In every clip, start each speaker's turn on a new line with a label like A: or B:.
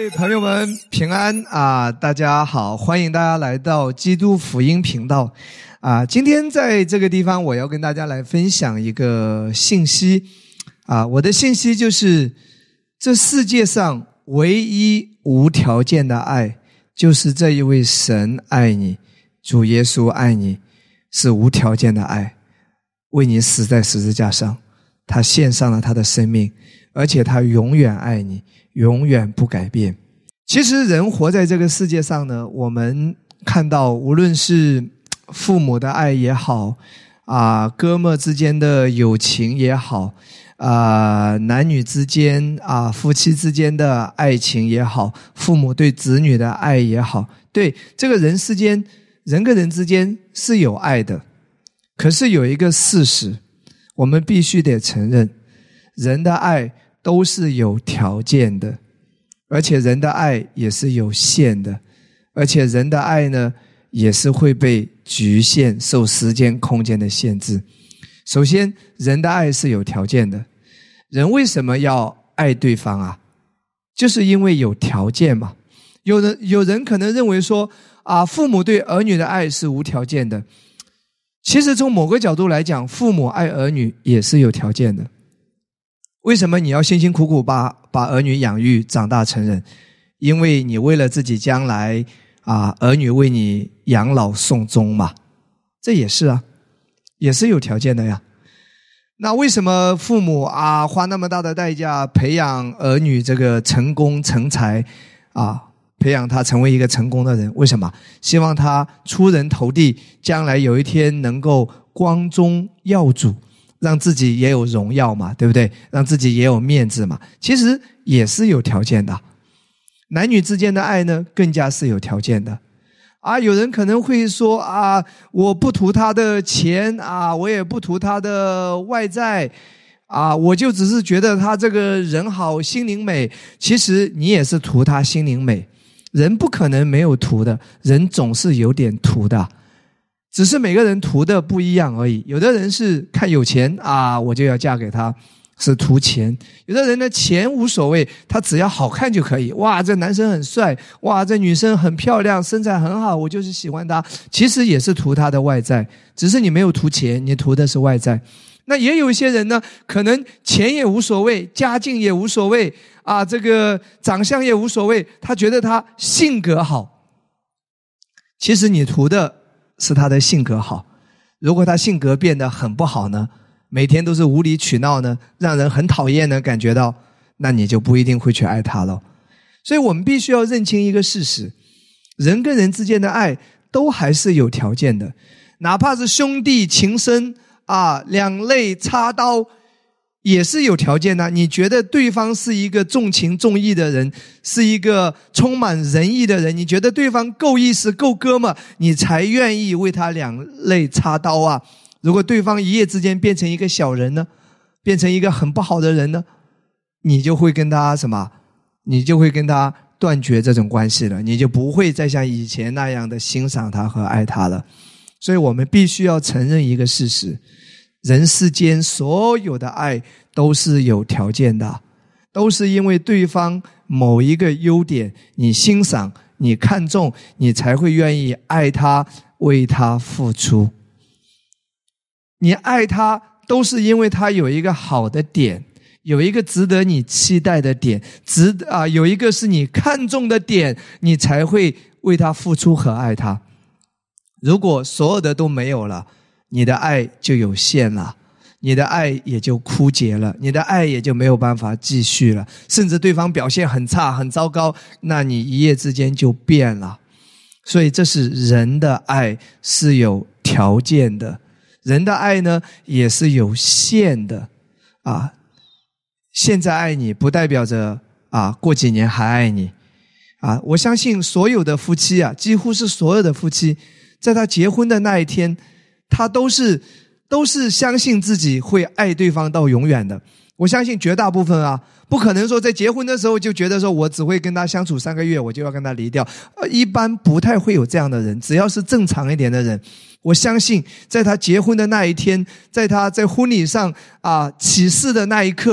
A: 位朋友们平安啊！大家好，欢迎大家来到基督福音频道啊！今天在这个地方，我要跟大家来分享一个信息啊！我的信息就是，这世界上唯一无条件的爱，就是这一位神爱你，主耶稣爱你，是无条件的爱，为你死在十字架上，他献上了他的生命，而且他永远爱你，永远不改变。其实人活在这个世界上呢，我们看到无论是父母的爱也好啊，哥们之间的友情也好啊，男女之间啊，夫妻之间的爱情也好，父母对子女的爱也好，对，这个人世间人跟人之间是有爱的。可是有一个事实，我们必须得承认，人的爱都是有条件的，而且人的爱也是有限的，而且人的爱呢，也是会被局限，受时间空间的限制。首先，人的爱是有条件的。人为什么要爱对方啊？就是因为有条件嘛。有人可能认为说啊，父母对儿女的爱是无条件的。其实从某个角度来讲，父母爱儿女也是有条件的。为什么你要辛辛苦苦把儿女养育长大成人？因为你为了自己将来啊，儿女为你养老送终嘛，这也是啊，也是有条件的呀。那为什么父母啊花那么大的代价培养儿女这个成功成才啊，培养他成为一个成功的人？为什么？希望他出人头地，将来有一天能够光宗耀祖，让自己也有荣耀嘛，对不对？让自己也有面子嘛。其实也是有条件的。男女之间的爱呢，更加是有条件的。啊，有人可能会说啊，我不图他的钱啊，我也不图他的外在啊，我就只是觉得他这个人好，心灵美。其实你也是图他心灵美。人不可能没有图的，人总是有点图的，只是每个人图的不一样而已。有的人是看有钱啊，我就要嫁给他，是图钱；有的人呢，钱无所谓，他只要好看就可以。哇，这男生很帅，哇，这女生很漂亮，身材很好，我就是喜欢他。其实也是图他的外在，只是你没有图钱，你图的是外在。那也有一些人呢，可能钱也无所谓，家境也无所谓啊，这个长相也无所谓，他觉得他性格好。其实你图的是他的性格好。如果他性格变得很不好呢，每天都是无理取闹呢，让人很讨厌呢，感觉到，那你就不一定会去爱他了。所以我们必须要认清一个事实，人跟人之间的爱都还是有条件的。哪怕是兄弟情深啊，两肋插刀也是有条件的。你觉得对方是一个重情重义的人，是一个充满仁义的人，你觉得对方够意思够哥们，你才愿意为他两肋插刀啊。如果对方一夜之间变成一个小人呢，变成一个很不好的人呢，你就会跟他什么？你就会跟他断绝这种关系了，你就不会再像以前那样的欣赏他和爱他了。所以我们必须要承认一个事实，人世间所有的爱都是有条件的，都是因为对方某一个优点你欣赏，你看重，你才会愿意爱他，为他付出。你爱他都是因为他有一个好的点，有一个值得你期待的点，有一个是你看重的点，你才会为他付出和爱他。如果所有的都没有了，你的爱就有限了，你的爱也就枯竭了，你的爱也就没有办法继续了。甚至对方表现很差很糟糕，那你一夜之间就变了。所以这是人的爱是有条件的，人的爱呢也是有限的啊。现在爱你不代表着啊过几年还爱你啊。我相信所有的夫妻啊，几乎是所有的夫妻，在他结婚的那一天，他都是相信自己会爱对方到永远的。我相信绝大部分啊，不可能说在结婚的时候就觉得说我只会跟他相处3个月我就要跟他离掉，一般不太会有这样的人。只要是正常一点的人，我相信在他结婚的那一天，在他在婚礼上啊起誓的那一刻，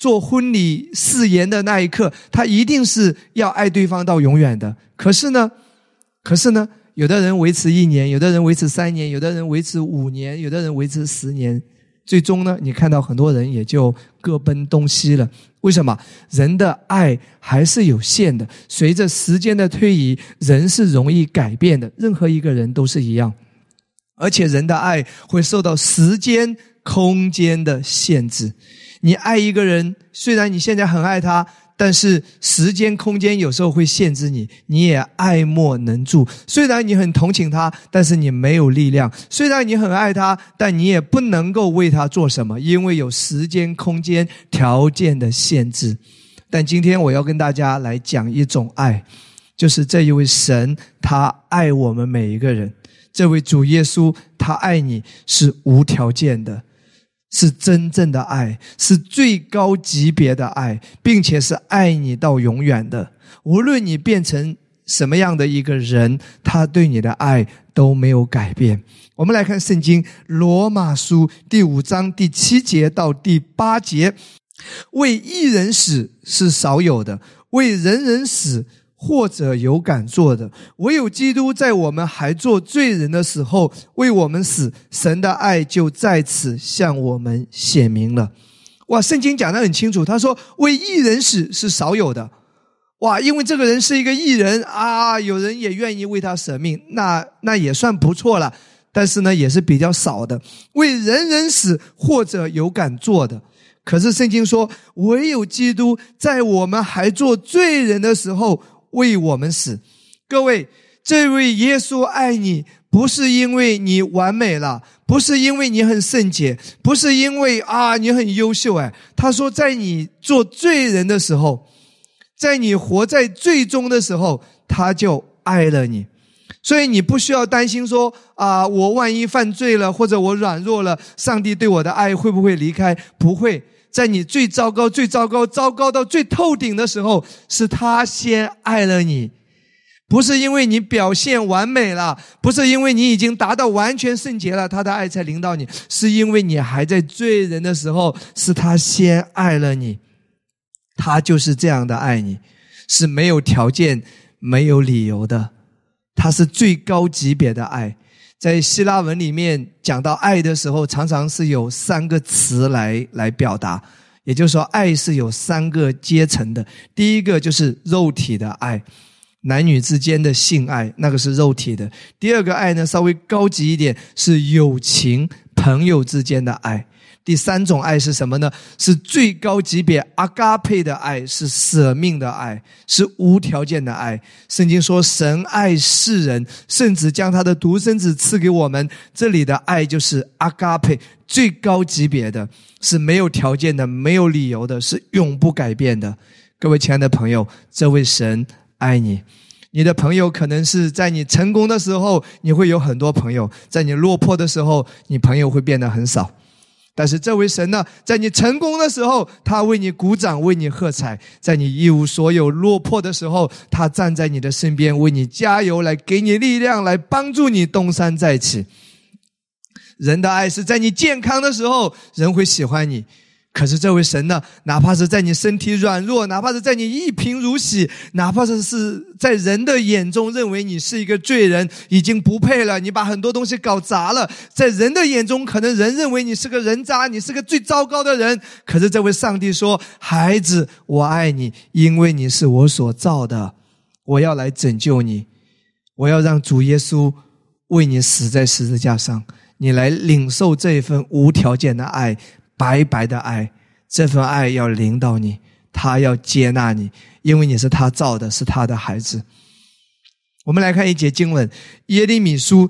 A: 做婚礼誓言的那一刻，他一定是要爱对方到永远的。可是呢，有的人维持1年，有的人维持3年，有的人维持5年，有的人维持10年，最终呢，你看到很多人也就各奔东西了。为什么？人的爱还是有限的，随着时间的推移，人是容易改变的，任何一个人都是一样。而且人的爱会受到时间、空间的限制。你爱一个人，虽然你现在很爱他，但是时间空间有时候会限制你，你也爱莫能助。虽然你很同情他，但是你没有力量。虽然你很爱他，但你也不能够为他做什么，因为有时间空间条件的限制。但今天我要跟大家来讲一种爱，就是这一位神，他爱我们每一个人。这位主耶稣，他爱你是无条件的，是真正的爱，是最高级别的爱，并且是爱你到永远的。无论你变成什么样的一个人，他对你的爱都没有改变。我们来看圣经罗马书第5章第7节到第8节，为一人死是少有的，为人人死或者有敢做的，唯有基督在我们还做罪人的时候为我们死，神的爱就在此向我们显明了。哇，圣经讲得很清楚，他说为义人死是少有的。哇，因为这个人是一个义人啊，有人也愿意为他舍命，那也算不错了，但是呢也是比较少的。为人人死或者有敢做的，可是圣经说唯有基督在我们还做罪人的时候为我们死。各位，这位耶稣爱你，不是因为你完美了，不是因为你很圣洁，不是因为你很优秀。他说在你做罪人的时候，在你活在罪中的时候，他就爱了你。所以你不需要担心说我万一犯罪了，或者我软弱了，上帝对我的爱会不会离开？不会。在你最糟糕糟糕到最透顶的时候，是他先爱了你。不是因为你表现完美了，不是因为你已经达到完全圣洁了，他的爱才临到你，是因为你还在罪人的时候，是他先爱了你。他就是这样的爱你，是没有条件没有理由的，他是最高级别的爱。在希腊文里面讲到爱的时候，常常是有3个词来表达，也就是说爱是有3个阶层的。第一个就是肉体的爱，男女之间的性爱，那个是肉体的。第二个爱呢，稍微高级一点，是友情朋友之间的爱。第3种爱是什么呢？是最高级别阿嘎佩的爱，是舍命的爱，是无条件的爱。圣经说神爱世人，甚至将他的独生子赐给我们，这里的爱就是阿嘎佩，最高级别的，是没有条件的，没有理由的，是永不改变的。各位亲爱的朋友，这位神爱你。你的朋友可能是在你成功的时候你会有很多朋友，在你落魄的时候你朋友会变得很少。但是这位神呢，在你成功的时候他为你鼓掌，为你喝彩，在你一无所有落魄的时候，他站在你的身边为你加油，来给你力量，来帮助你东山再起。人的爱是在你健康的时候人会喜欢你，可是这位神呢，哪怕是在你身体软弱，哪怕是在你一贫如洗，哪怕是在人的眼中认为你是一个罪人，已经不配了，你把很多东西搞砸了，在人的眼中可能人认为你是个人渣，你是个最糟糕的人，可是这位上帝说，孩子，我爱你，因为你是我所造的，我要来拯救你，我要让主耶稣为你死在十字架上，你来领受这一份无条件的爱，白白的爱，这份爱要临到你，他要接纳你，因为你是他造的，是他的孩子。我们来看一节经文，耶利米书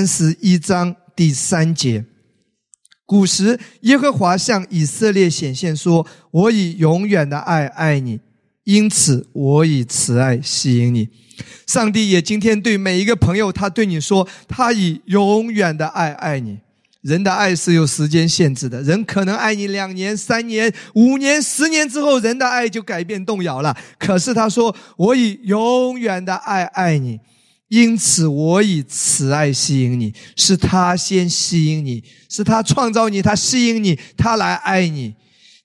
A: 31章第3节。古时耶和华向以色列显现说，我以永远的爱爱你，因此我以慈爱吸引你。上帝也今天对每一个朋友，他对你说，他以永远的爱爱你。人的爱是有时间限制的，人可能爱你2年、3年、5年、10年之后，人的爱就改变动摇了。可是他说，我以永远的爱爱你，因此我以慈爱吸引你。是他先吸引你，是他创造你，他吸引你，他来爱你。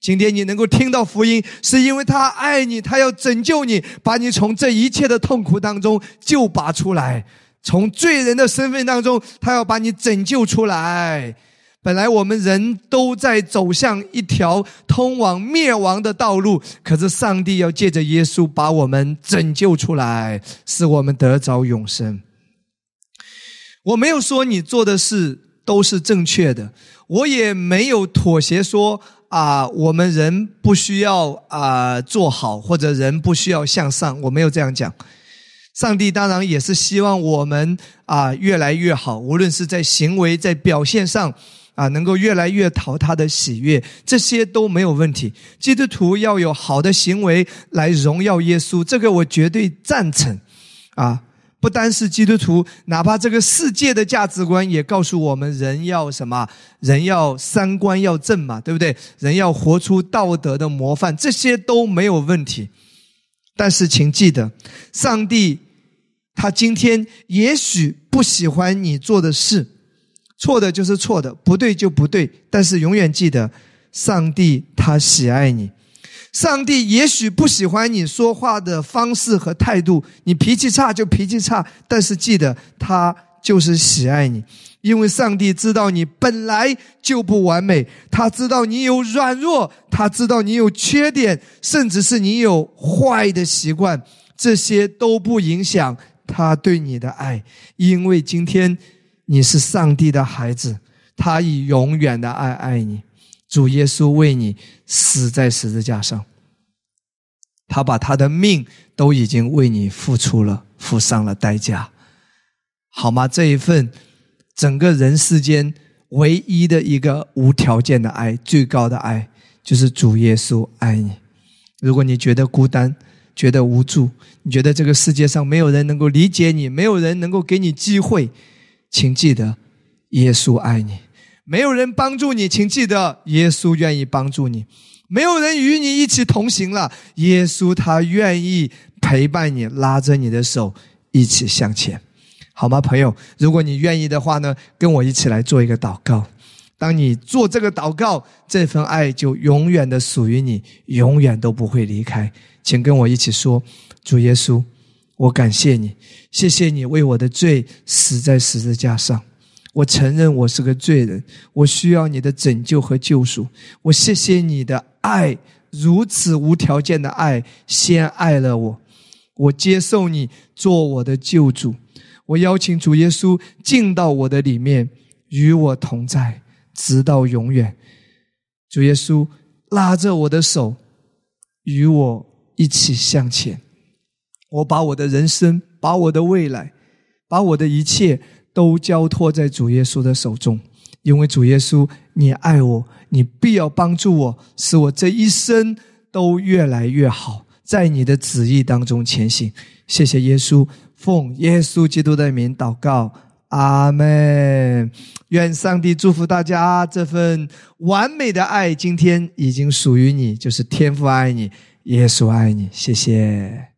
A: 今天你能够听到福音，是因为他爱你，他要拯救你，把你从这一切的痛苦当中救拔出来，从罪人的身份当中，他要把你拯救出来。本来我们人都在走向一条通往灭亡的道路，可是上帝要借着耶稣把我们拯救出来，使我们得着永生。我没有说你做的事都是正确的，我也没有妥协说我们人不需要做好，或者人不需要向上，我没有这样讲。上帝当然也是希望我们越来越好，无论是在行为在表现上能够越来越讨他的喜悦，这些都没有问题。基督徒要有好的行为来荣耀耶稣，这个我绝对赞成不单是基督徒，哪怕这个世界的价值观也告诉我们人要什么？人要三观要正嘛，对不对？人要活出道德的模范，这些都没有问题。但是请记得，上帝他今天也许不喜欢你做的事，错的就是错的，不对就不对，但是永远记得，上帝他喜爱你。上帝也许不喜欢你说话的方式和态度，你脾气差就脾气差，但是记得他就是喜爱你，因为上帝知道你本来就不完美，他知道你有软弱，他知道你有缺点，甚至是你有坏的习惯，这些都不影响他对你的爱，因为今天你是上帝的孩子，他以永远的爱爱你。主耶稣为你死在十字架上，他把他的命都已经为你付出了，付上了代价，好吗？这一份整个人世间唯一的一个无条件的爱，最高的爱，就是主耶稣爱你。如果你觉得孤单，觉得无助，你觉得这个世界上没有人能够理解你，没有人能够给你机会，请记得耶稣爱你。没有人帮助你，请记得耶稣愿意帮助你。没有人与你一起同行了，耶稣他愿意陪伴你，拉着你的手一起向前，好吗？朋友，如果你愿意的话呢，跟我一起来做一个祷告。当你做这个祷告，这份爱就永远的属于你，永远都不会离开。请跟我一起说，主耶稣，我感谢你，谢谢你为我的罪死在十字架上，我承认我是个罪人，我需要你的拯救和救赎。我谢谢你的爱，如此无条件的爱，先爱了我。我接受你做我的救主，我邀请主耶稣进到我的里面，与我同在，直到永远。主耶稣拉着我的手，与我一起向前。我把我的人生，把我的未来，把我的一切都交托在主耶稣的手中，因为主耶稣你爱我，你必要帮助我，使我这一生都越来越好，在你的旨意当中前行。谢谢耶稣，奉耶稣基督的名祷告，阿们。愿上帝祝福大家，这份完美的爱今天已经属于你，就是天父爱你，耶稣爱你。谢谢。